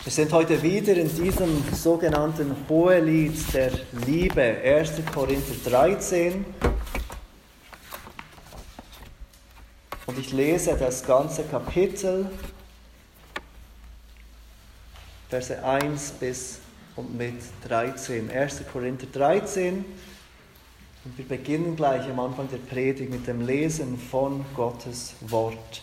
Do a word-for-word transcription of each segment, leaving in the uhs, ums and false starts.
Wir sind heute wieder in diesem sogenannten Hohelied der Liebe, erster Korinther dreizehn. Und ich lese das ganze Kapitel, Verse eins bis und mit dreizehn. erster Korinther dreizehn. Und wir beginnen gleich am Anfang der Predigt mit dem Lesen von Gottes Wort.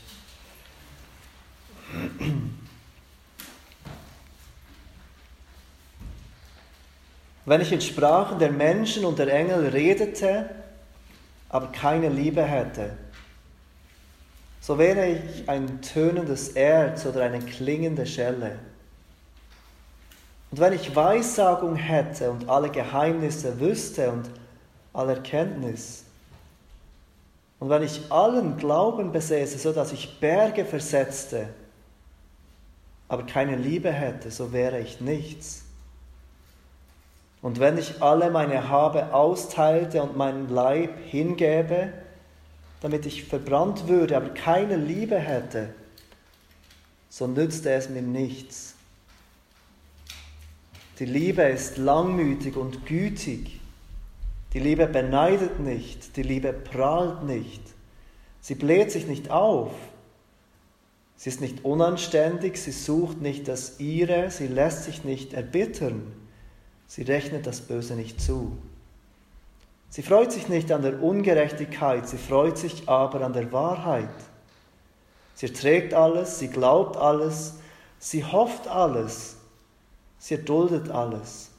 Wenn ich in Sprachen der Menschen und der Engel redete, aber keine Liebe hätte, so wäre ich ein tönendes Erz oder eine klingende Schelle. Und wenn ich Weissagung hätte und alle Geheimnisse wüsste und alle Erkenntnis, und wenn ich allen Glauben besäße, so dass ich Berge versetzte, aber keine Liebe hätte, so wäre ich nichts. Und wenn ich alle meine Habe austeilte und meinen Leib hingäbe, damit ich verbrannt würde, aber keine Liebe hätte, so nützte es mir nichts. Die Liebe ist langmütig und gütig. Die Liebe beneidet nicht, die Liebe prahlt nicht. Sie bläht sich nicht auf. Sie ist nicht unanständig, sie sucht nicht das Ihre, sie lässt sich nicht erbittern. Sie rechnet das Böse nicht zu. Sie freut sich nicht an der Ungerechtigkeit, sie freut sich aber an der Wahrheit. Sie erträgt alles, sie glaubt alles, sie hofft alles, sie erduldet alles.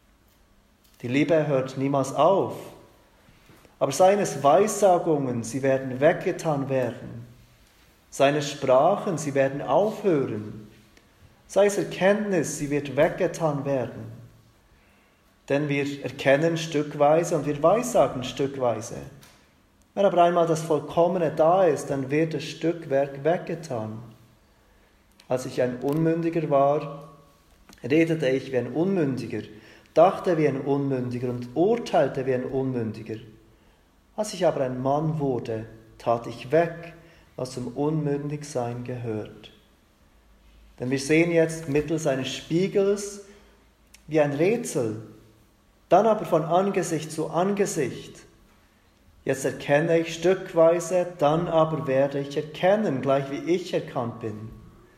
Die Liebe hört niemals auf, aber seien es Weissagungen, sie werden weggetan werden. Seine Sprachen, sie werden aufhören. Sei es Erkenntnis, sie wird weggetan werden. Denn wir erkennen stückweise und wir weissagen stückweise. Wenn aber einmal das Vollkommene da ist, dann wird das Stückwerk weggetan. Als ich ein Unmündiger war, redete ich wie ein Unmündiger, dachte wie ein Unmündiger und urteilte wie ein Unmündiger. Als ich aber ein Mann wurde, tat ich weg, was zum Unmündigsein gehört. Denn wir sehen jetzt mittels eines Spiegels wie ein Rätsel, dann aber von Angesicht zu Angesicht. Jetzt erkenne ich stückweise, dann aber werde ich erkennen, gleich wie ich erkannt bin.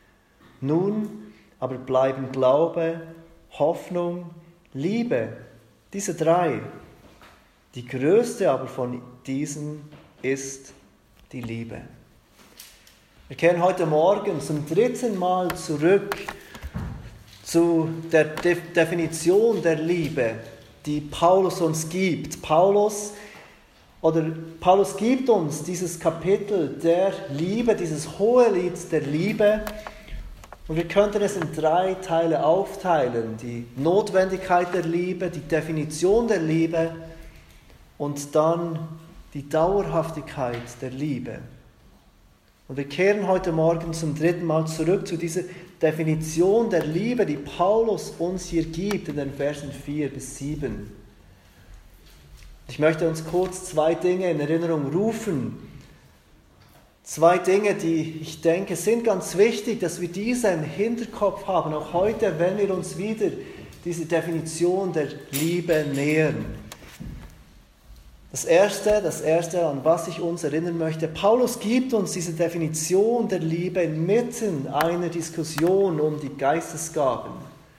Nun aber bleiben Glaube, Hoffnung, Liebe, diese drei. Die größte aber von diesen ist die Liebe. Wir kehren heute Morgen zum dritten Mal zurück zu der De- Definition der Liebe, die Paulus uns gibt. Paulus, oder Paulus gibt uns dieses Kapitel der Liebe, dieses Hohelied der Liebe. Und wir könnten es in drei Teile aufteilen. Die Notwendigkeit der Liebe, die Definition der Liebe und dann die Dauerhaftigkeit der Liebe. Und wir kehren heute Morgen zum dritten Mal zurück zu dieser Definition der Liebe, die Paulus uns hier gibt in den Versen vier bis sieben. Ich möchte uns kurz zwei Dinge in Erinnerung rufen. Zwei Dinge, die ich denke, sind ganz wichtig, dass wir diese im Hinterkopf haben, auch heute, wenn wir uns wieder diese Definition der Liebe nähern. Das Erste, das Erste, an was ich uns erinnern möchte, Paulus gibt uns diese Definition der Liebe inmitten einer Diskussion um die Geistesgaben.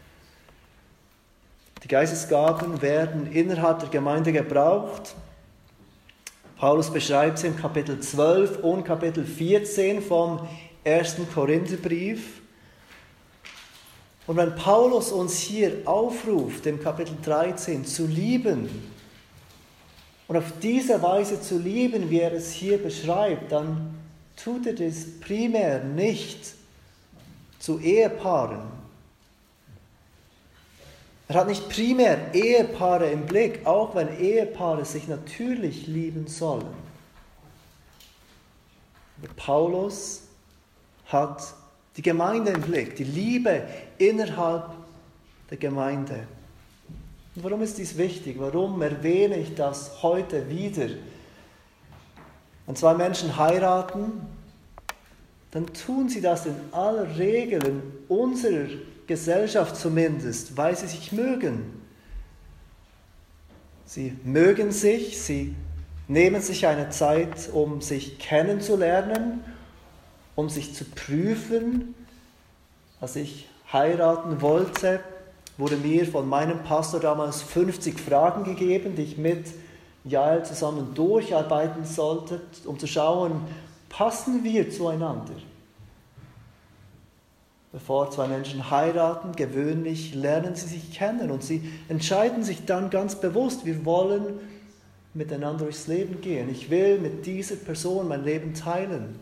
Die Geistesgaben werden innerhalb der Gemeinde gebraucht. Paulus beschreibt sie im Kapitel zwölf und Kapitel vierzehn vom ersten Korintherbrief. Und wenn Paulus uns hier aufruft, im Kapitel dreizehn, zu lieben, und auf diese Weise zu lieben, wie er es hier beschreibt, dann tut er das primär nicht zu Ehepaaren. Er hat nicht primär Ehepaare im Blick, auch wenn Ehepaare sich natürlich lieben sollen. Aber Paulus hat die Gemeinde im Blick, die Liebe innerhalb der Gemeinde. Und warum ist dies wichtig? Warum erwähne ich das heute wieder? Wenn zwei Menschen heiraten, dann tun sie das in aller Regel, in unserer Gesellschaft zumindest, weil sie sich mögen. Sie mögen sich, sie nehmen sich eine Zeit, um sich kennenzulernen, um sich zu prüfen. Als ich heiraten wollte, wurde mir von meinem Pastor damals fünfzig Fragen gegeben, die ich mit Jael zusammen durcharbeiten sollte, um zu schauen, passen wir zueinander? Bevor zwei Menschen heiraten, gewöhnlich lernen sie sich kennen und sie entscheiden sich dann ganz bewusst, wir wollen miteinander durchs Leben gehen. Ich will mit dieser Person mein Leben teilen.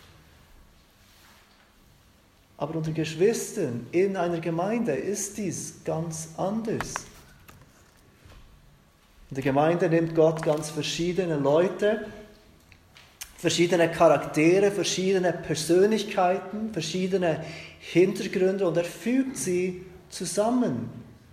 Aber unter Geschwistern in einer Gemeinde ist dies ganz anders. In der Gemeinde nimmt Gott ganz verschiedene Leute, verschiedene Charaktere, verschiedene Persönlichkeiten, verschiedene Hintergründe und er fügt sie zusammen.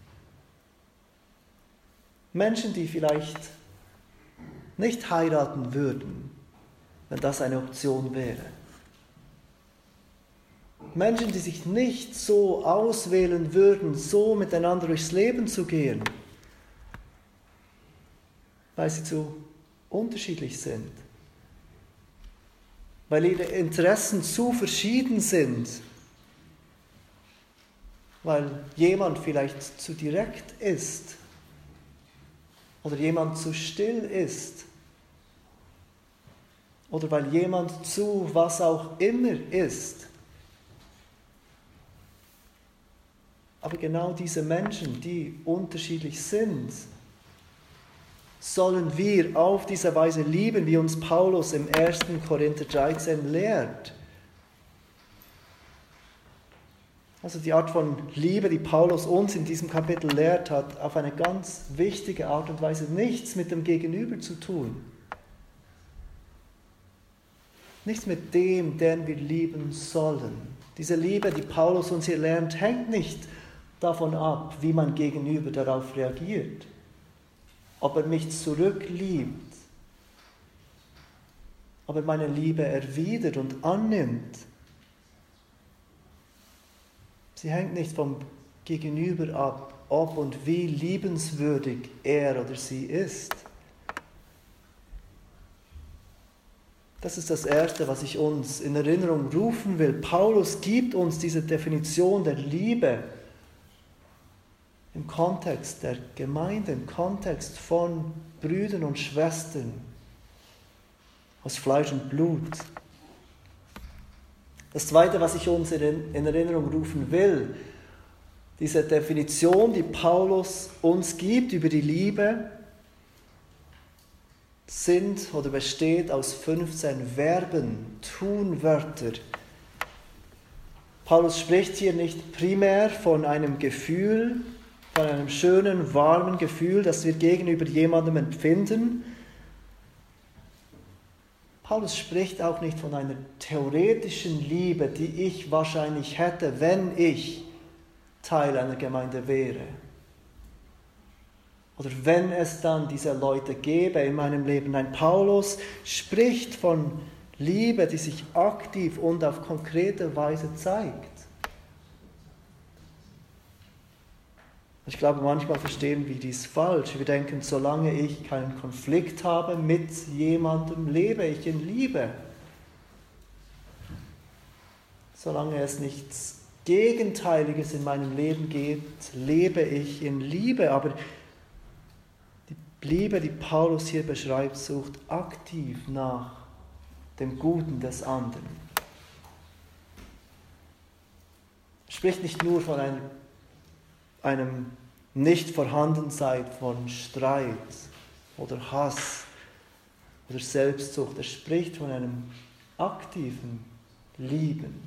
Menschen, die vielleicht nicht heiraten würden, wenn das eine Option wäre. Menschen, die sich nicht so auswählen würden, so miteinander durchs Leben zu gehen, weil sie zu unterschiedlich sind, weil ihre Interessen zu verschieden sind, weil jemand vielleicht zu direkt ist oder jemand zu still ist oder weil jemand zu was auch immer ist. Aber genau diese Menschen, die unterschiedlich sind, sollen wir auf diese Weise lieben, wie uns Paulus im ersten Korinther dreizehn lehrt. Also die Art von Liebe, die Paulus uns in diesem Kapitel lehrt, hat auf eine ganz wichtige Art und Weise nichts mit dem Gegenüber zu tun. Nichts mit dem, den wir lieben sollen. Diese Liebe, die Paulus uns hier lernt, hängt nicht davon ab, wie mein Gegenüber darauf reagiert. Ob er mich zurückliebt, ob er meine Liebe erwidert und annimmt. Sie hängt nicht vom Gegenüber ab, ob und wie liebenswürdig er oder sie ist. Das ist das Erste, was ich uns in Erinnerung rufen will. Paulus gibt uns diese Definition der Liebe im Kontext der Gemeinde, im Kontext von Brüdern und Schwestern aus Fleisch und Blut. Das Zweite, was ich uns in Erinnerung rufen will, diese Definition, die Paulus uns gibt über die Liebe, sind oder besteht aus fünfzehn Verben, Tunwörter. Paulus spricht hier nicht primär von einem Gefühl, von einem schönen, warmen Gefühl, das wir gegenüber jemandem empfinden. Paulus spricht auch nicht von einer theoretischen Liebe, die ich wahrscheinlich hätte, wenn ich Teil einer Gemeinde wäre. Oder wenn es dann diese Leute gäbe in meinem Leben. Nein, Paulus spricht von Liebe, die sich aktiv und auf konkrete Weise zeigt. Ich glaube, manchmal verstehen wir dies falsch. Wir denken, solange ich keinen Konflikt habe mit jemandem, lebe ich in Liebe. Solange es nichts Gegenteiliges in meinem Leben gibt, lebe ich in Liebe. Aber die Liebe, die Paulus hier beschreibt, sucht aktiv nach dem Guten des anderen. Er spricht nicht nur von einem, einem Nicht-Vorhandensein von Streit oder Hass oder Selbstsucht. Er spricht von einem aktiven Lieben.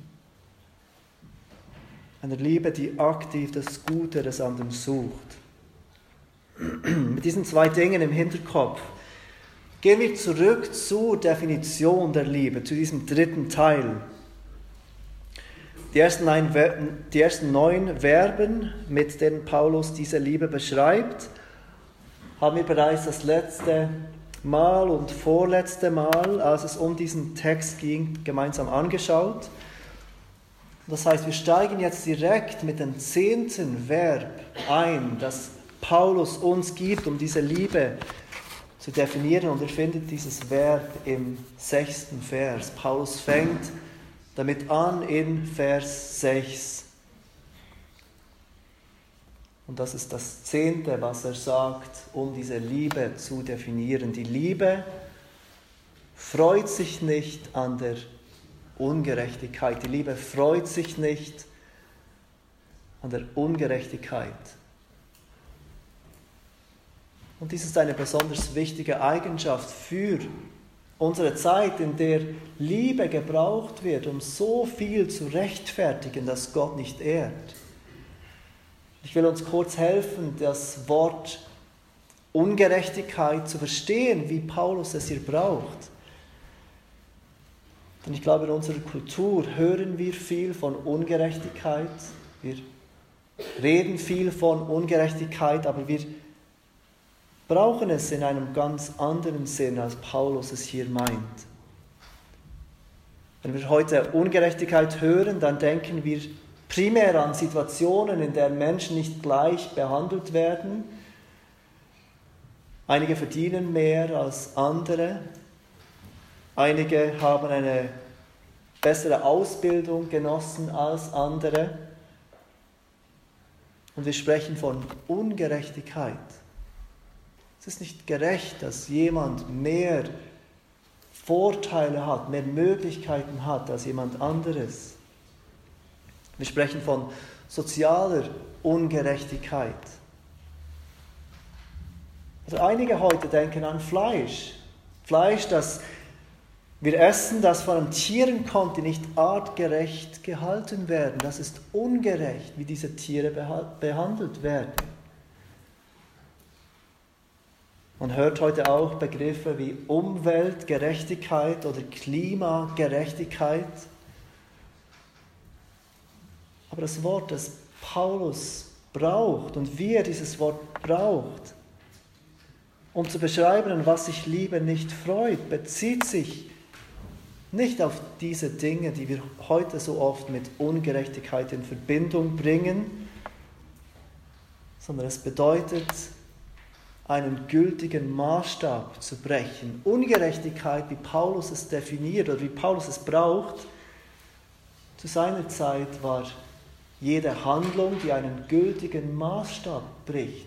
Einer Liebe, die aktiv das Gute des anderen sucht. Mit diesen zwei Dingen im Hinterkopf gehen wir zurück zur Definition der Liebe, zu diesem dritten Teil. Die ersten, neun, die ersten neun Verben, mit denen Paulus diese Liebe beschreibt, haben wir bereits das letzte Mal und vorletzte Mal, als es um diesen Text ging, gemeinsam angeschaut. Das heißt, wir steigen jetzt direkt mit dem zehnten Verb ein, das Paulus uns gibt, um diese Liebe zu definieren. Und ihr findet dieses Verb im sechsten Vers. Paulus fängt damit an in Vers sechs. Und das ist das Zehnte, was er sagt, um diese Liebe zu definieren. Die Liebe freut sich nicht an der Ungerechtigkeit. Die Liebe freut sich nicht an der Ungerechtigkeit. Und dies ist eine besonders wichtige Eigenschaft für unsere Zeit, in der Liebe gebraucht wird, um so viel zu rechtfertigen, das Gott nicht ehrt. Ich will uns kurz helfen, das Wort Ungerechtigkeit zu verstehen, wie Paulus es hier braucht. Denn ich glaube, in unserer Kultur hören wir viel von Ungerechtigkeit. Wir reden viel von Ungerechtigkeit, aber wir brauchen es in einem ganz anderen Sinn, als Paulus es hier meint. Wenn wir heute Ungerechtigkeit hören, dann denken wir primär an Situationen, in denen Menschen nicht gleich behandelt werden. Einige verdienen mehr als andere. Einige haben eine bessere Ausbildung genossen als andere. Und wir sprechen von Ungerechtigkeit. Es ist nicht gerecht, dass jemand mehr Vorteile hat, mehr Möglichkeiten hat als jemand anderes. Wir sprechen von sozialer Ungerechtigkeit. Also einige heute denken an Fleisch. Fleisch, das wir essen, das von Tieren kommt, die nicht artgerecht gehalten werden. Das ist ungerecht, wie diese Tiere behandelt werden. Man hört heute auch Begriffe wie Umweltgerechtigkeit oder Klimagerechtigkeit. Aber das Wort, das Paulus braucht und wie er dieses Wort braucht, um zu beschreiben, an was sich Liebe nicht freut, bezieht sich nicht auf diese Dinge, die wir heute so oft mit Ungerechtigkeit in Verbindung bringen, sondern es bedeutet, einen gültigen Maßstab zu brechen. Ungerechtigkeit, wie Paulus es definiert oder wie Paulus es braucht, zu seiner Zeit war jede Handlung, die einen gültigen Maßstab bricht.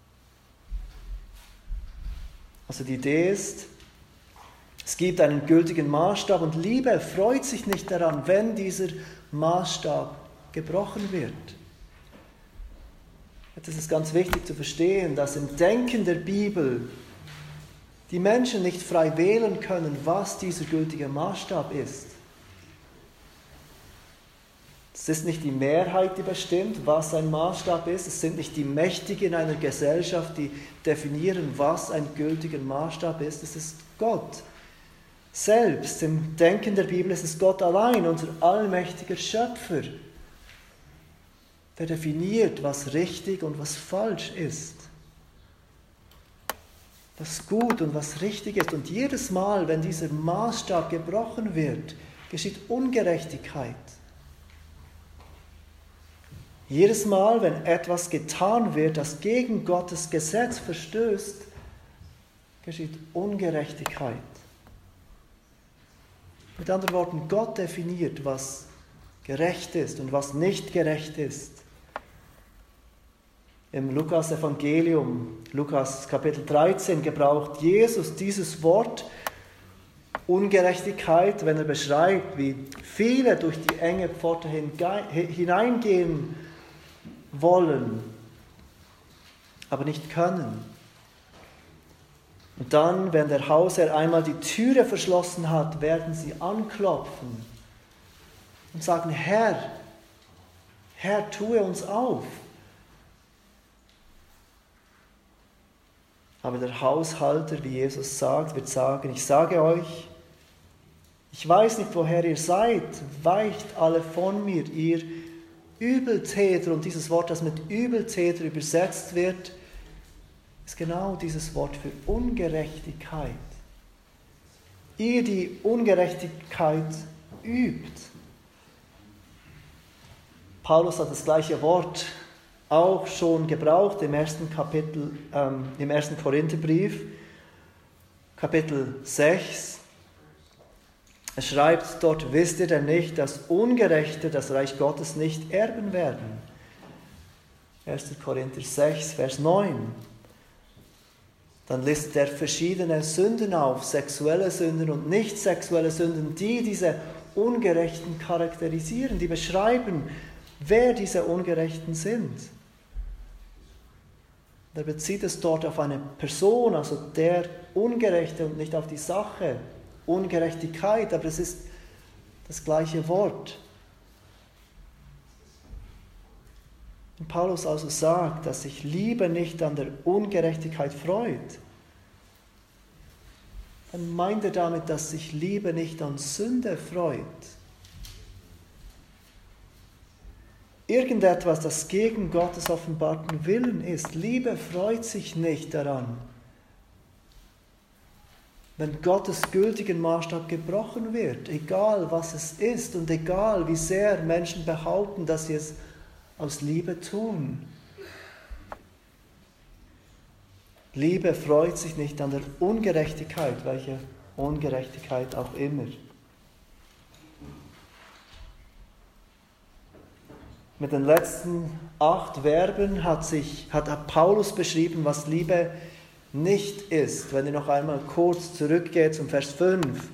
Also die Idee ist, es gibt einen gültigen Maßstab und Liebe freut sich nicht daran, wenn dieser Maßstab gebrochen wird. Es ist ganz wichtig zu verstehen, dass im Denken der Bibel die Menschen nicht frei wählen können, was dieser gültige Maßstab ist. Es ist nicht die Mehrheit, die bestimmt, was ein Maßstab ist. Es sind nicht die Mächtigen in einer Gesellschaft, die definieren, was ein gültiger Maßstab ist. Es ist Gott selbst. Im Denken der Bibel ist es Gott allein, unser allmächtiger Schöpfer, der definiert, was richtig und was falsch ist. Was gut und was richtig ist. Und jedes Mal, wenn dieser Maßstab gebrochen wird, geschieht Ungerechtigkeit. Jedes Mal, wenn etwas getan wird, das gegen Gottes Gesetz verstößt, geschieht Ungerechtigkeit. Mit anderen Worten, Gott definiert, was gerecht ist und was nicht gerecht ist. Im Lukas-Evangelium, Lukas Kapitel dreizehn, gebraucht Jesus dieses Wort Ungerechtigkeit, wenn er beschreibt, wie viele durch die enge Pforte hineingehen wollen, aber nicht können. Und dann, wenn der Hausherr einmal die Türe verschlossen hat, werden sie anklopfen und sagen, Herr, Herr, tue uns auf. Aber der Haushalter, wie Jesus sagt, wird sagen, ich sage euch, ich weiß nicht, woher ihr seid, weicht alle von mir, ihr Übeltäter. Und dieses Wort, das mit Übeltäter übersetzt wird, ist genau dieses Wort für Ungerechtigkeit. Ihr, die Ungerechtigkeit übt. Paulus hat das gleiche Wort auch schon gebraucht im ersten Kapitel, ähm, im ersten Korintherbrief, Kapitel sechs. Er schreibt dort: Wisst ihr denn nicht, dass Ungerechte das Reich Gottes nicht erben werden? erster Korinther sechs, Vers neun. Dann listet er verschiedene Sünden auf, sexuelle Sünden und nicht sexuelle Sünden, die diese Ungerechten charakterisieren, die beschreiben, wer diese Ungerechten sind. Er bezieht es dort auf eine Person, also der Ungerechte, und nicht auf die Sache. Ungerechtigkeit, aber es ist das gleiche Wort. Und Paulus also sagt, dass sich Liebe nicht an der Ungerechtigkeit freut. Dann meint er damit, dass sich Liebe nicht an Sünde freut. Irgendetwas, das gegen Gottes offenbarten Willen ist. Liebe freut sich nicht daran, wenn Gottes gültigen Maßstab gebrochen wird, egal was es ist und egal wie sehr Menschen behaupten, dass sie es aus Liebe tun. Liebe freut sich nicht an der Ungerechtigkeit, welche Ungerechtigkeit auch immer. Mit den letzten acht Verben hat, sich, hat Paulus beschrieben, was Liebe nicht ist. Wenn ihr noch einmal kurz zurückgeht zum Vers fünf,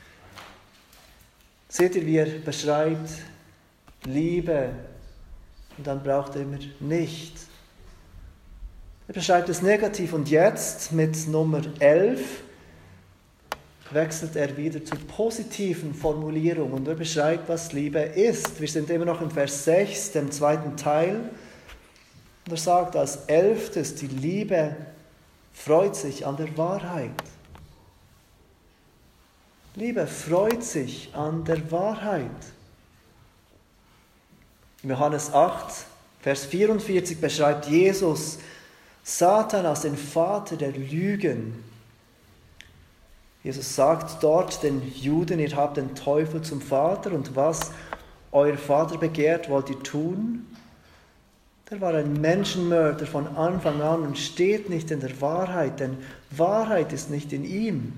seht ihr, wie er beschreibt Liebe, und dann braucht er immer nicht. Er beschreibt es negativ, und jetzt mit Nummer elf wechselt er wieder zur positiven Formulierung und er beschreibt, was Liebe ist. Wir sind immer noch im Vers sechs, dem zweiten Teil. Und er sagt als elftes, die Liebe freut sich an der Wahrheit. Liebe freut sich an der Wahrheit. In Johannes acht, Vers vierundvierzig beschreibt Jesus Satan als den Vater der Lügen. Jesus sagt dort den Juden: Ihr habt den Teufel zum Vater, und was euer Vater begehrt, wollt ihr tun. Der war ein Menschenmörder von Anfang an und steht nicht in der Wahrheit, denn Wahrheit ist nicht in ihm.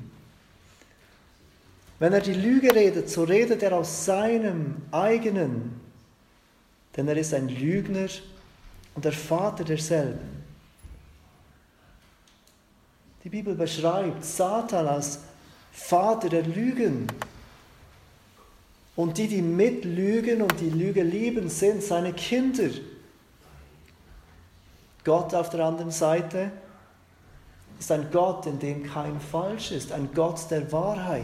Wenn er die Lüge redet, so redet er aus seinem eigenen, denn er ist ein Lügner und der Vater derselben. Die Bibel beschreibt Satan als Vater der Lügen. Und die, die mitlügen und die Lüge lieben, sind seine Kinder. Gott auf der anderen Seite ist ein Gott, in dem kein Falsch ist, ein Gott der Wahrheit.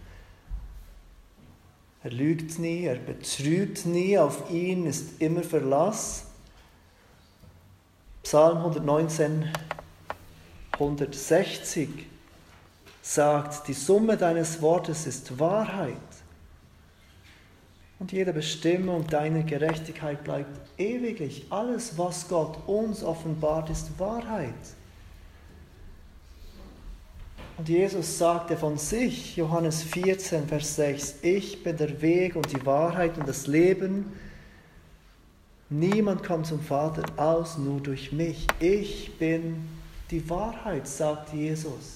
Er lügt nie, er betrügt nie, auf ihn ist immer Verlass. Psalm hundertneunzehn, hundertsechzig sagt: Die Summe deines Wortes ist Wahrheit. Und jede Bestimmung deiner Gerechtigkeit bleibt ewiglich. Alles, was Gott uns offenbart, ist Wahrheit. Und Jesus sagte von sich, Johannes vierzehn, Vers sechs, ich bin der Weg und die Wahrheit und das Leben. Niemand kommt zum Vater aus, nur durch mich. Ich bin die Wahrheit, sagt Jesus.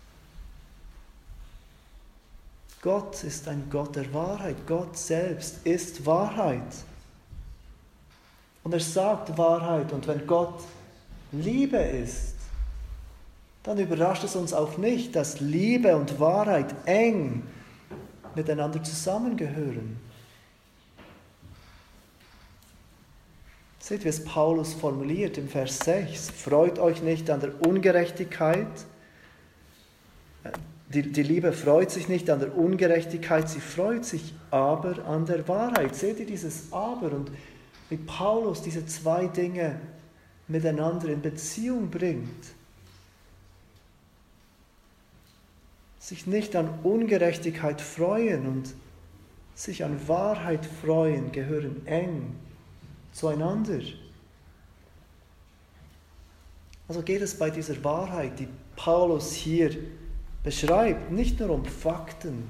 Gott ist ein Gott der Wahrheit. Gott selbst ist Wahrheit. Und er sagt Wahrheit. Und wenn Gott Liebe ist, dann überrascht es uns auch nicht, dass Liebe und Wahrheit eng miteinander zusammengehören. Seht, wie es Paulus formuliert im Vers sechs. Freut euch nicht an der Ungerechtigkeit. Die, die Liebe freut sich nicht an der Ungerechtigkeit, sie freut sich aber an der Wahrheit. Seht ihr dieses Aber und wie Paulus diese zwei Dinge miteinander in Beziehung bringt? Sich nicht an Ungerechtigkeit freuen und sich an Wahrheit freuen, gehören eng zueinander. Also geht es bei dieser Wahrheit, die Paulus hier beschreibt, nicht nur um Fakten,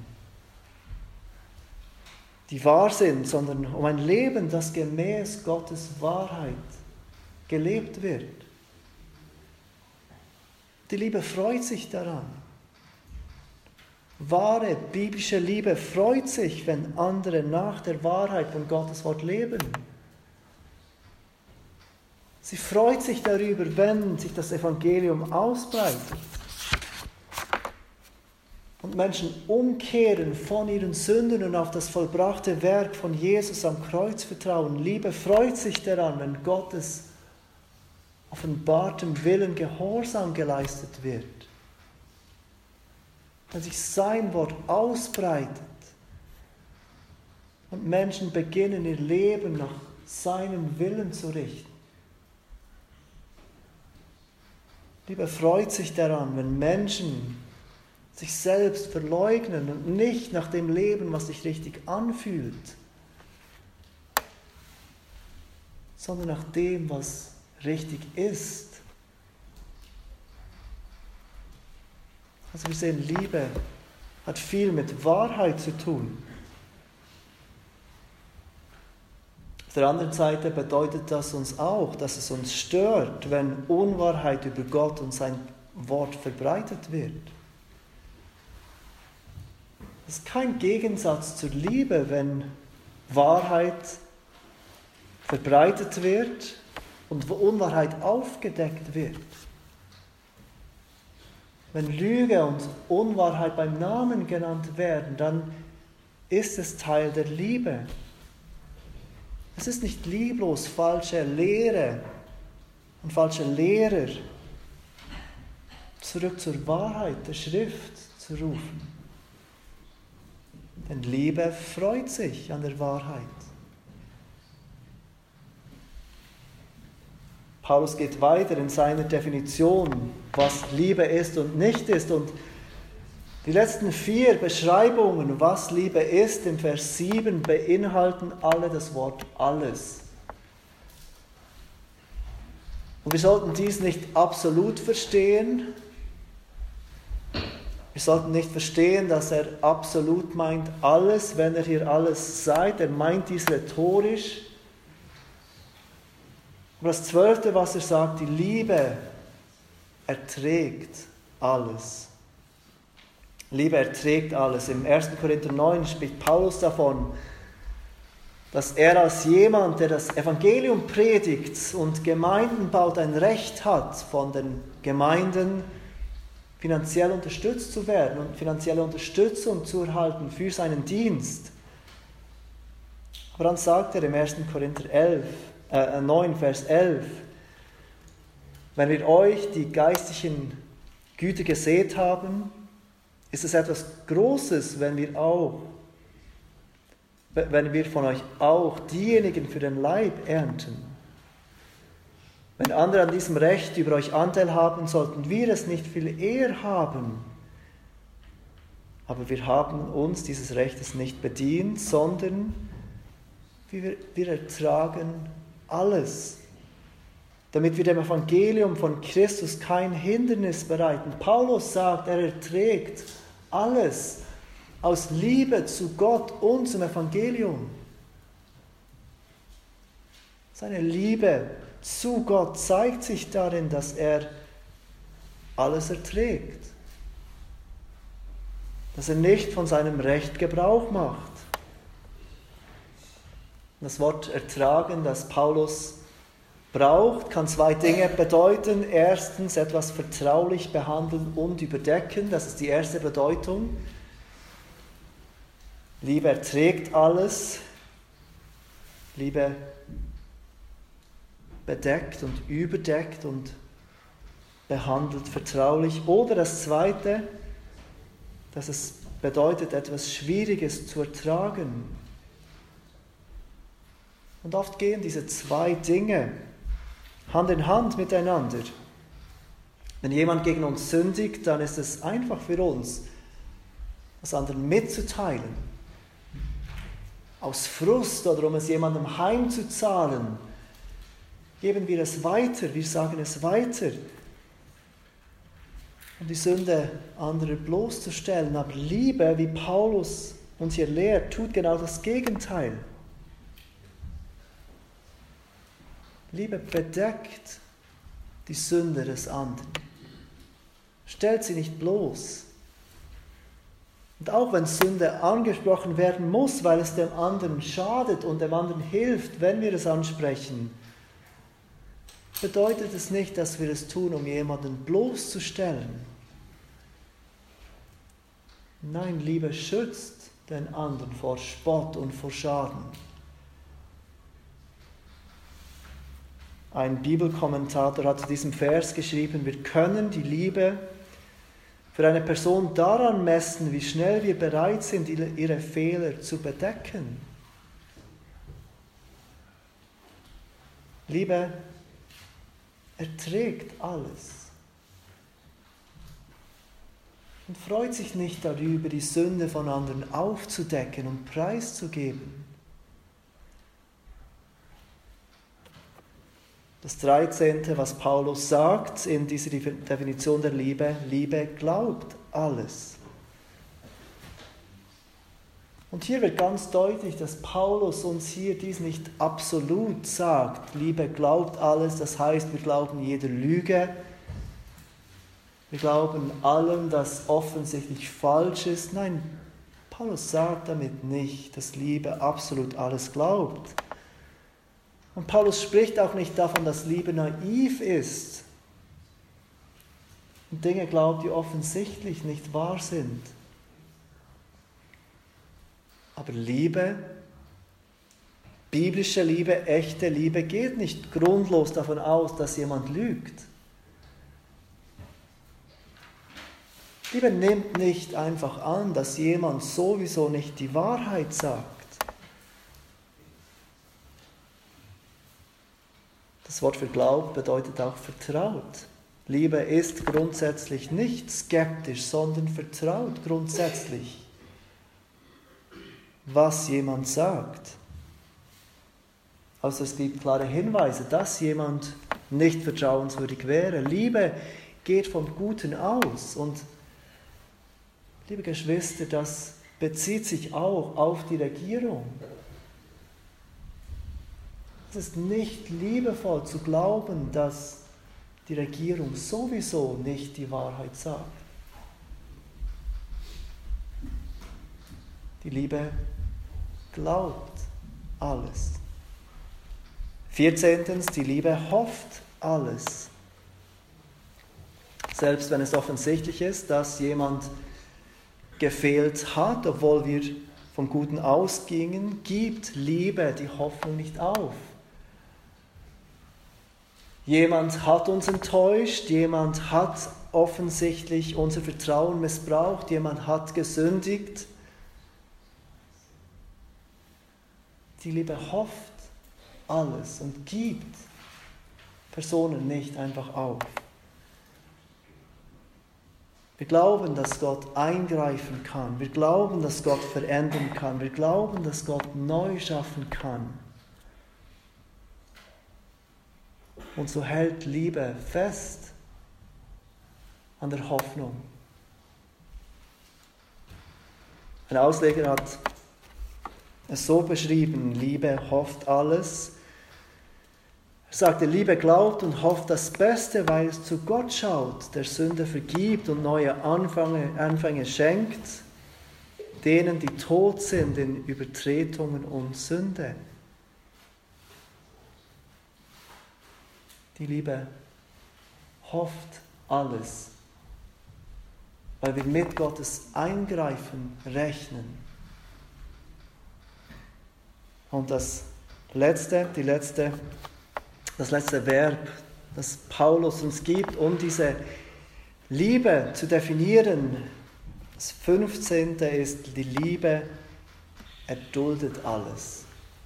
die wahr sind, sondern um ein Leben, das gemäß Gottes Wahrheit gelebt wird. Die Liebe freut sich daran. Wahre biblische Liebe freut sich, wenn andere nach der Wahrheit von Gottes Wort leben. Sie freut sich darüber, wenn sich das Evangelium ausbreitet und Menschen umkehren von ihren Sünden und auf das vollbrachte Werk von Jesus am Kreuz vertrauen. Liebe freut sich daran, wenn Gottes offenbartem Willen Gehorsam geleistet wird. Wenn sich sein Wort ausbreitet und Menschen beginnen, ihr Leben nach seinem Willen zu richten. Liebe freut sich daran, wenn Menschen sich selbst verleugnen und nicht nach dem Leben, was sich richtig anfühlt, sondern nach dem, was richtig ist. Also wir sehen, Liebe hat viel mit Wahrheit zu tun. Auf der anderen Seite bedeutet das uns auch, dass es uns stört, wenn Unwahrheit über Gott und sein Wort verbreitet wird. Es ist kein Gegensatz zur Liebe, wenn Wahrheit verbreitet wird und Unwahrheit aufgedeckt wird. Wenn Lüge und Unwahrheit beim Namen genannt werden, dann ist es Teil der Liebe. Es ist nicht lieblos, falsche Lehre und falsche Lehrer zurück zur Wahrheit der Schrift zu rufen. Denn Liebe freut sich an der Wahrheit. Paulus geht weiter in seiner Definition, was Liebe ist und nicht ist. Und die letzten vier Beschreibungen, was Liebe ist, im Vers sieben, beinhalten alle das Wort alles. Und wir sollten dies nicht absolut verstehen. Wir sollten nicht verstehen, dass er absolut meint alles, wenn er hier alles sagt. Er meint dies rhetorisch. Aber das Zwölfte, was er sagt, die Liebe erträgt alles. Liebe erträgt alles. Im ersten Korinther neun spricht Paulus davon, dass er als jemand, der das Evangelium predigt und Gemeinden baut, ein Recht hat, von den Gemeinden finanziell unterstützt zu werden und finanzielle Unterstützung zu erhalten für seinen Dienst. Aber dann sagt er im ersten Korinther elf, äh, neun, Vers elf, wenn wir euch die geistlichen Güter gesät haben, ist es etwas Großes, wenn wir auch, wenn wir von euch auch diejenigen für den Leib ernten. Wenn andere an diesem Recht über euch Anteil haben, sollten wir es nicht viel eher haben. Aber wir haben uns dieses Rechtes nicht bedient, sondern wir, wir ertragen alles, damit wir dem Evangelium von Christus kein Hindernis bereiten. Paulus sagt, er erträgt alles aus Liebe zu Gott und zum Evangelium. Seine Liebe zu Gott zeigt sich darin, dass er alles erträgt. Dass er nicht von seinem Recht Gebrauch macht. Das Wort ertragen, das Paulus braucht, kann zwei Dinge bedeuten. Erstens, etwas vertraulich behandeln und überdecken. Das ist die erste Bedeutung. Liebe erträgt alles. Liebe bedeckt und überdeckt und behandelt vertraulich. Oder das Zweite, dass es bedeutet, etwas Schwieriges zu ertragen. Und oft gehen diese zwei Dinge Hand in Hand miteinander. Wenn jemand gegen uns sündigt, dann ist es einfach für uns, das anderen mitzuteilen. Aus Frust oder um es jemandem heimzuzahlen, geben wir es weiter, wir sagen es weiter. um die Sünde anderer bloßzustellen. Aber Liebe, wie Paulus uns hier lehrt, tut genau das Gegenteil. Liebe bedeckt die Sünde des anderen. Stellt sie nicht bloß. Und auch wenn Sünde angesprochen werden muss, weil es dem anderen schadet und dem anderen hilft, wenn wir es ansprechen, bedeutet es nicht, dass wir es tun, um jemanden bloßzustellen. Nein, Liebe schützt den anderen vor Spott und vor Schaden. Ein Bibelkommentator hat zu diesem Vers geschrieben, wir können die Liebe für eine Person daran messen, wie schnell wir bereit sind, ihre Fehler zu bedecken. Liebe erträgt alles und freut sich nicht darüber, die Sünde von anderen aufzudecken und preiszugeben. Das dreizehnte, was Paulus sagt in dieser Definition der Liebe, Liebe glaubt alles. Und hier wird ganz deutlich, dass Paulus uns hier dies nicht absolut sagt. Liebe glaubt alles, das heißt, wir glauben jeder Lüge. Wir glauben allem, das offensichtlich falsch ist. Nein, Paulus sagt damit nicht, dass Liebe absolut alles glaubt. Und Paulus spricht auch nicht davon, dass Liebe naiv ist und Dinge glaubt, die offensichtlich nicht wahr sind. Aber Liebe, biblische Liebe, echte Liebe geht nicht grundlos davon aus, dass jemand lügt. Liebe nimmt nicht einfach an, dass jemand sowieso nicht die Wahrheit sagt. Das Wort für glaubt bedeutet auch vertraut. Liebe ist grundsätzlich nicht skeptisch, sondern vertraut grundsätzlich, was jemand sagt. Also es gibt klare Hinweise, dass jemand nicht vertrauenswürdig wäre. Liebe geht vom Guten aus. Und liebe Geschwister, das bezieht sich auch auf die Regierung. Es ist nicht liebevoll zu glauben, dass die Regierung sowieso nicht die Wahrheit sagt. Die Liebe glaubt alles. vierzehntens, die Liebe hofft alles. Selbst wenn es offensichtlich ist, dass jemand gefehlt hat, obwohl wir vom Guten ausgingen, gibt Liebe die Hoffnung nicht auf. Jemand hat uns enttäuscht, jemand hat offensichtlich unser Vertrauen missbraucht, jemand hat gesündigt. Die Liebe hofft alles und gibt Personen nicht einfach auf. Wir glauben, dass Gott eingreifen kann. Wir glauben, dass Gott verändern kann. Wir glauben, dass Gott neu schaffen kann. Und so hält Liebe fest an der Hoffnung. Ein Ausleger hat es so beschrieben: Liebe hofft alles. Er sagte, Liebe glaubt und hofft das Beste, weil es zu Gott schaut, der Sünde vergibt und neue Anfänge, Anfänge schenkt, denen, die tot sind in Übertretungen und Sünde. Die Liebe hofft alles, weil wir mit Gottes Eingreifen rechnen. Und das letzte, die letzte, das letzte Verb, das Paulus uns gibt, um diese Liebe zu definieren, das fünfzehnte ist, die Liebe erduldet alles.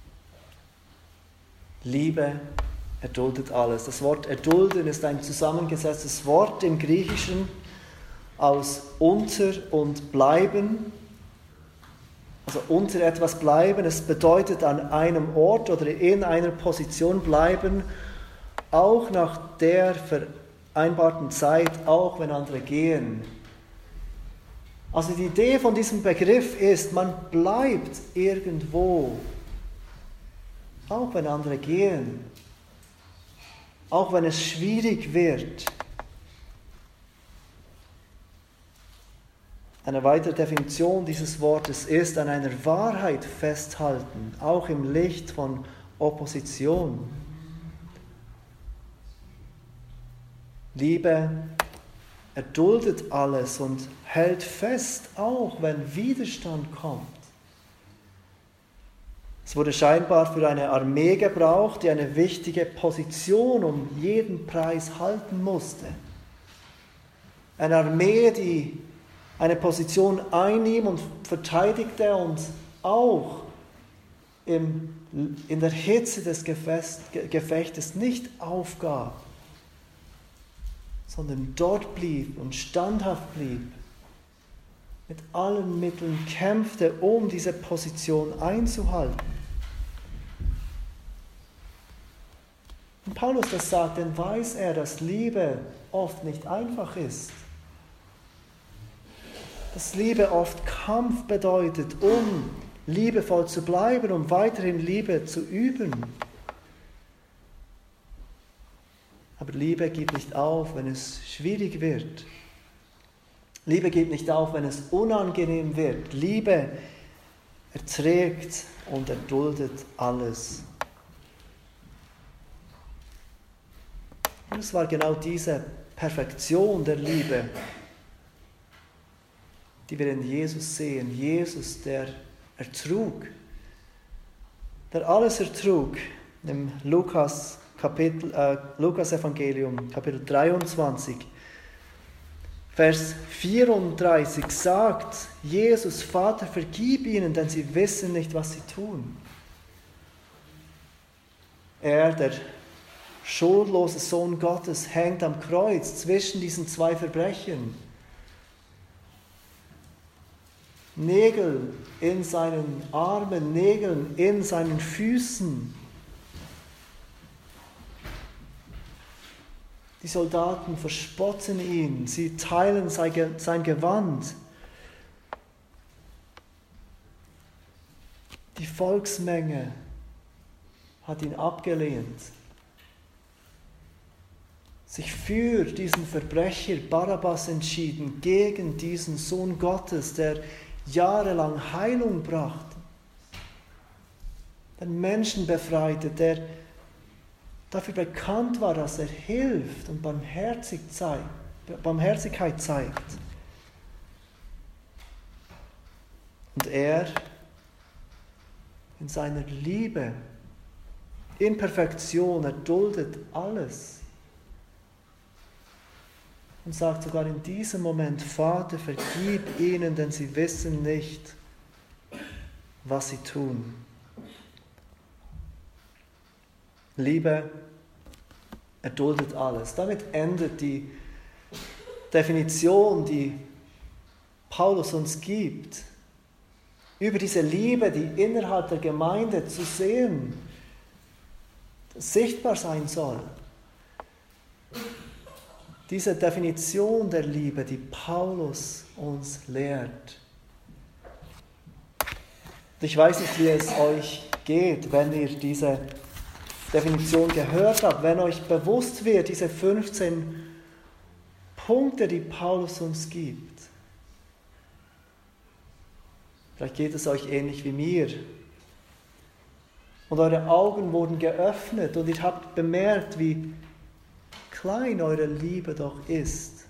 Liebe erduldet alles. Das Wort erdulden ist ein zusammengesetztes Wort im Griechischen aus unter und bleiben. Also unter etwas bleiben, es bedeutet an einem Ort oder in einer Position bleiben, auch nach der vereinbarten Zeit, auch wenn andere gehen. Also die Idee von diesem Begriff ist, man bleibt irgendwo, auch wenn andere gehen, auch wenn es schwierig wird. Eine weitere Definition dieses Wortes ist, an einer Wahrheit festhalten, auch im Licht von Opposition. Liebe erduldet alles und hält fest, auch wenn Widerstand kommt. Es wurde scheinbar für eine Armee gebraucht, die eine wichtige Position um jeden Preis halten musste. Eine Armee, die eine Position einnahm und verteidigte und auch im, in der Hitze des Gefechtes nicht aufgab, sondern dort blieb und standhaft blieb, mit allen Mitteln kämpfte, um diese Position einzuhalten. Wenn Paulus das sagt, dann weiß er, dass Liebe oft nicht einfach ist. Dass Liebe oft Kampf bedeutet, um liebevoll zu bleiben, um weiterhin Liebe zu üben. Aber Liebe gibt nicht auf, wenn es schwierig wird. Liebe gibt nicht auf, wenn es unangenehm wird. Liebe erträgt und erduldet alles. Und es war genau diese Perfektion der Liebe, die wir in Jesus sehen. Jesus, der ertrug, der alles ertrug. Im Lukas Kapitel, äh, Lukas Evangelium, Kapitel dreiundzwanzig, Vers vierunddreißig sagt Jesus: Vater, vergib ihnen, denn sie wissen nicht, was sie tun. Er, der schuldlose Sohn Gottes, hängt am Kreuz zwischen diesen zwei Verbrechern. Nägel in seinen Armen, Nägel in seinen Füßen. Die Soldaten verspotten ihn, sie teilen sein Gewand. Die Volksmenge hat ihn abgelehnt, sich für diesen Verbrecher Barabbas entschieden, gegen diesen Sohn Gottes, der jahrelang Heilung brachte, der Menschen befreite, der dafür bekannt war, dass er hilft und barmherzig zeigt, Barmherzigkeit zeigt. Und er in seiner Liebe, in Perfektion, erduldet alles. Und sagt sogar in diesem Moment: Vater, vergib ihnen, denn sie wissen nicht, was sie tun. Liebe erduldet alles. Damit endet die Definition, die Paulus uns gibt, über diese Liebe, die innerhalb der Gemeinde zu sehen, sichtbar sein soll. Diese Definition der Liebe, die Paulus uns lehrt. Ich weiß nicht, wie es euch geht, wenn ihr diese Definition gehört habt, wenn euch bewusst wird, diese fünfzehn Punkte, die Paulus uns gibt. Vielleicht geht es euch ähnlich wie mir. Und eure Augen wurden geöffnet und ihr habt bemerkt, wie klein eure Liebe doch ist.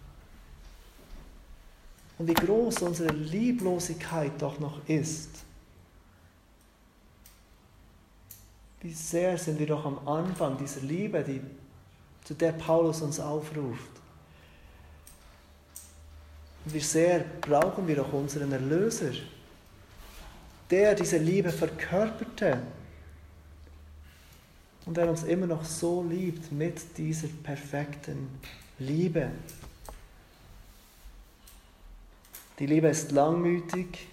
Und wie groß unsere Lieblosigkeit doch noch ist. Wie sehr sind wir doch am Anfang dieser Liebe, die, zu der Paulus uns aufruft. Und wie sehr brauchen wir doch unseren Erlöser, der diese Liebe verkörperte und der uns immer noch so liebt mit dieser perfekten Liebe. Die Liebe ist langmütig,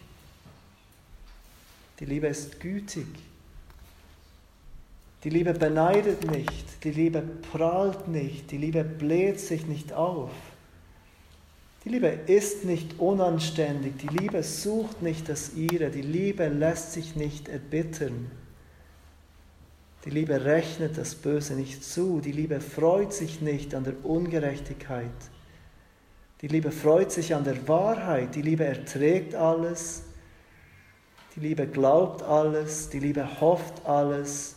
die Liebe ist gütig. Die Liebe beneidet nicht, die Liebe prahlt nicht, die Liebe bläht sich nicht auf. Die Liebe ist nicht unanständig, die Liebe sucht nicht das Ihre, die Liebe lässt sich nicht erbittern. Die Liebe rechnet das Böse nicht zu, die Liebe freut sich nicht an der Ungerechtigkeit. Die Liebe freut sich an der Wahrheit, die Liebe erträgt alles, die Liebe glaubt alles, die Liebe hofft alles,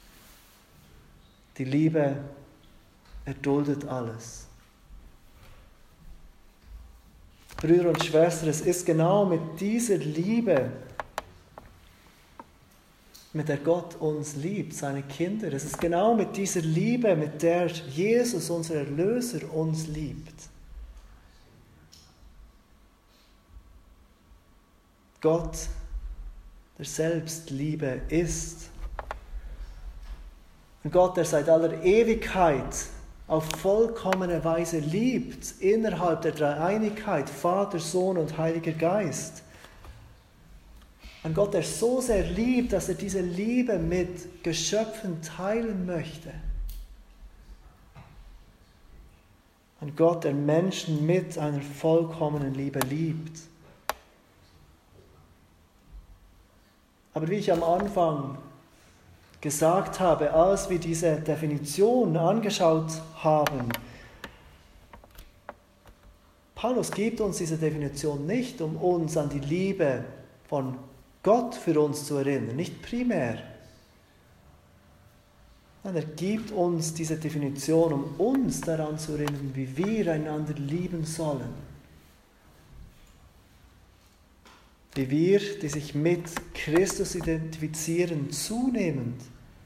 die Liebe erduldet alles. Brüder und Schwestern, es ist genau mit dieser Liebe, mit der Gott uns liebt, seine Kinder. Es ist genau mit dieser Liebe, mit der Jesus, unser Erlöser, uns liebt. Gott, der selbst Liebe ist. Ein Gott, der seit aller Ewigkeit auf vollkommene Weise liebt, innerhalb der Dreieinigkeit, Vater, Sohn und Heiliger Geist. Ein Gott, der so sehr liebt, dass er diese Liebe mit Geschöpfen teilen möchte. Ein Gott, der Menschen mit einer vollkommenen Liebe liebt. Aber wie ich am Anfang gesagt habe, als wir diese Definition angeschaut haben, Paulus gibt uns diese Definition nicht, um uns an die Liebe von Gott für uns zu erinnern, nicht primär. Nein, er gibt uns diese Definition, um uns daran zu erinnern, wie wir einander lieben sollen. Wie wir, die sich mit Christus identifizieren, zunehmend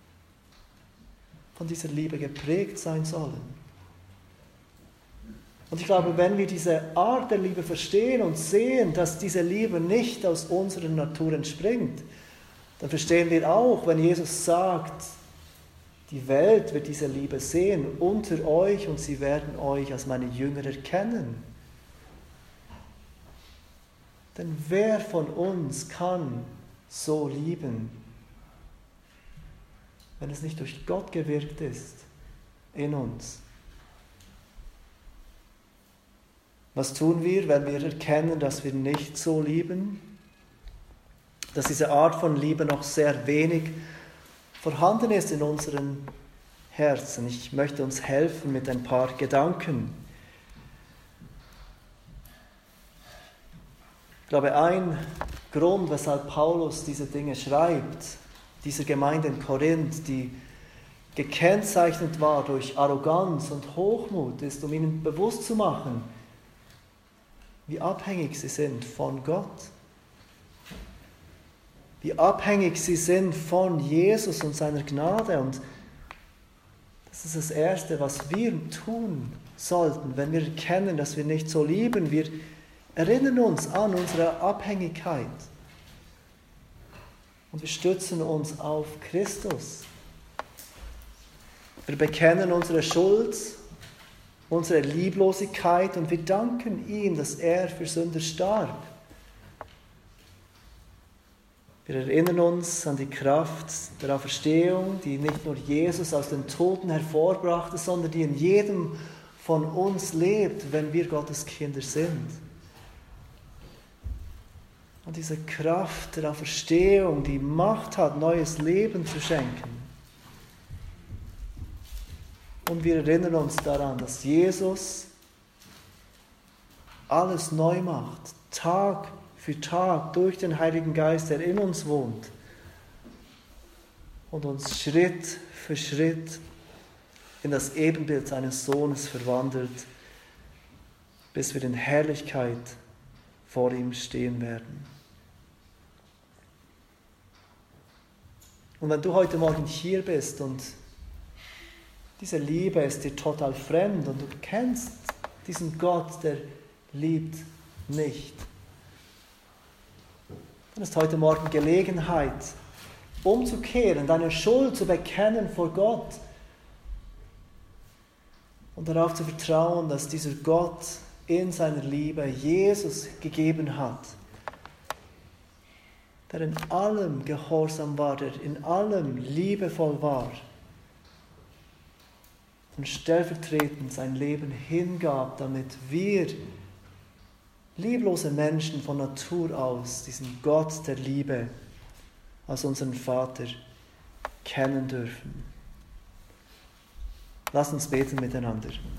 von dieser Liebe geprägt sein sollen. Und ich glaube, wenn wir diese Art der Liebe verstehen und sehen, dass diese Liebe nicht aus unserer Natur entspringt, dann verstehen wir auch, wenn Jesus sagt, die Welt wird diese Liebe sehen unter euch und sie werden euch als meine Jünger erkennen. Denn wer von uns kann so lieben, wenn es nicht durch Gott gewirkt ist in uns? Was tun wir, wenn wir erkennen, dass wir nicht so lieben? Dass diese Art von Liebe noch sehr wenig vorhanden ist in unseren Herzen. Ich möchte uns helfen mit ein paar Gedanken. Ich glaube, ein Grund, weshalb Paulus diese Dinge schreibt, dieser Gemeinde in Korinth, die gekennzeichnet war durch Arroganz und Hochmut, ist, um ihnen bewusst zu machen, wie abhängig sie sind von Gott. Wie abhängig sie sind von Jesus und seiner Gnade. Und das ist das Erste, was wir tun sollten, wenn wir erkennen, dass wir nicht so lieben. Wir erinnern uns an unsere Abhängigkeit. Und wir stützen uns auf Christus. Wir bekennen unsere Schuld, unsere Lieblosigkeit und wir danken ihm, dass er für Sünder starb. Wir erinnern uns an die Kraft der Auferstehung, die nicht nur Jesus aus den Toten hervorbrachte, sondern die in jedem von uns lebt, wenn wir Gottes Kinder sind. Und diese Kraft der Auferstehung, die Macht hat, neues Leben zu schenken. Und wir erinnern uns daran, dass Jesus alles neu macht, Tag für Tag durch den Heiligen Geist, der in uns wohnt und uns Schritt für Schritt in das Ebenbild seines Sohnes verwandelt, bis wir in Herrlichkeit vor ihm stehen werden. Und wenn du heute Morgen hier bist und diese Liebe ist dir total fremd und du kennst diesen Gott, der liebt nicht, dann ist heute Morgen Gelegenheit, umzukehren, deine Schuld zu bekennen vor Gott und darauf zu vertrauen, dass dieser Gott in seiner Liebe Jesus gegeben hat, der in allem gehorsam war, der in allem liebevoll war und stellvertretend sein Leben hingab, damit wir, lieblose Menschen von Natur aus, diesen Gott der Liebe als unseren Vater kennen dürfen. Lass uns beten miteinander.